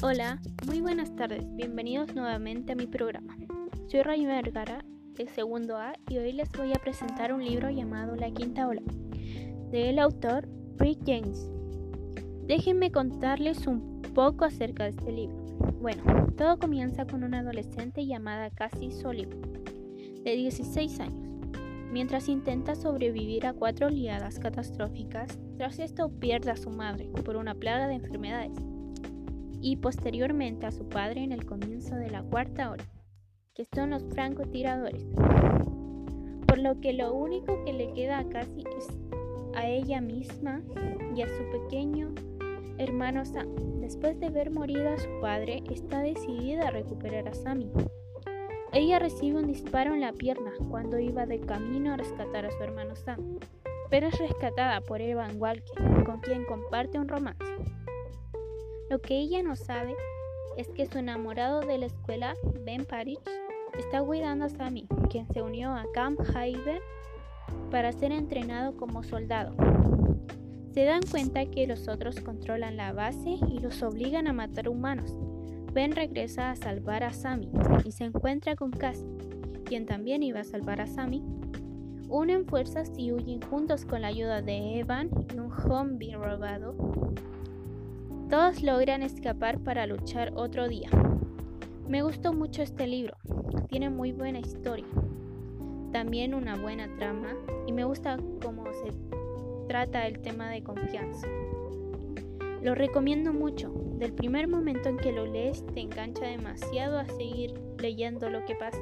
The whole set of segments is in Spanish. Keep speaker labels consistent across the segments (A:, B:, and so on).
A: Hola, muy buenas tardes, bienvenidos nuevamente a mi programa. Soy Ray Vergara, del segundo A, y hoy les voy a presentar un libro llamado La Quinta Ola, del autor Rick James. Déjenme contarles un poco acerca de este libro. Bueno, todo comienza con una adolescente llamada Cassie Sullivan, de 16 años. Mientras intenta sobrevivir a 4 oleadas catastróficas, tras esto pierde a su madre por una plaga de enfermedades y posteriormente a su padre en el comienzo de la cuarta ola, que son los francotiradores. Por lo que lo único que le queda a Cassie es a ella misma y a su pequeño hermano Sam. Después de ver morir a su padre, está decidida a recuperar a Sammy. Ella recibe un disparo en la pierna cuando iba de camino a rescatar a su hermano Sam, pero es rescatada por Evan Walker, con quien comparte un romance. Lo que ella no sabe es que su enamorado de la escuela, Ben Parrish, está cuidando a Sammy, quien se unió a Camp Haven para ser entrenado como soldado. Se dan cuenta que los otros controlan la base y los obligan a matar humanos. Ben regresa a salvar a Sammy y se encuentra con Cassie, quien también iba a salvar a Sammy. Unen fuerzas y huyen juntos con la ayuda de Evan y un zombie robado. Todos logran escapar para luchar otro día. Me gustó mucho este libro, tiene muy buena historia, también una buena trama y me gusta cómo se trata el tema de confianza. Lo recomiendo mucho, del primer momento en que lo lees te engancha demasiado a seguir leyendo lo que pasa.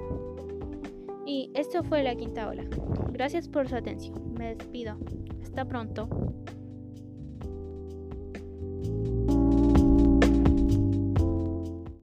A: Y esto fue La Quinta Ola. Gracias por su atención, me despido, hasta pronto.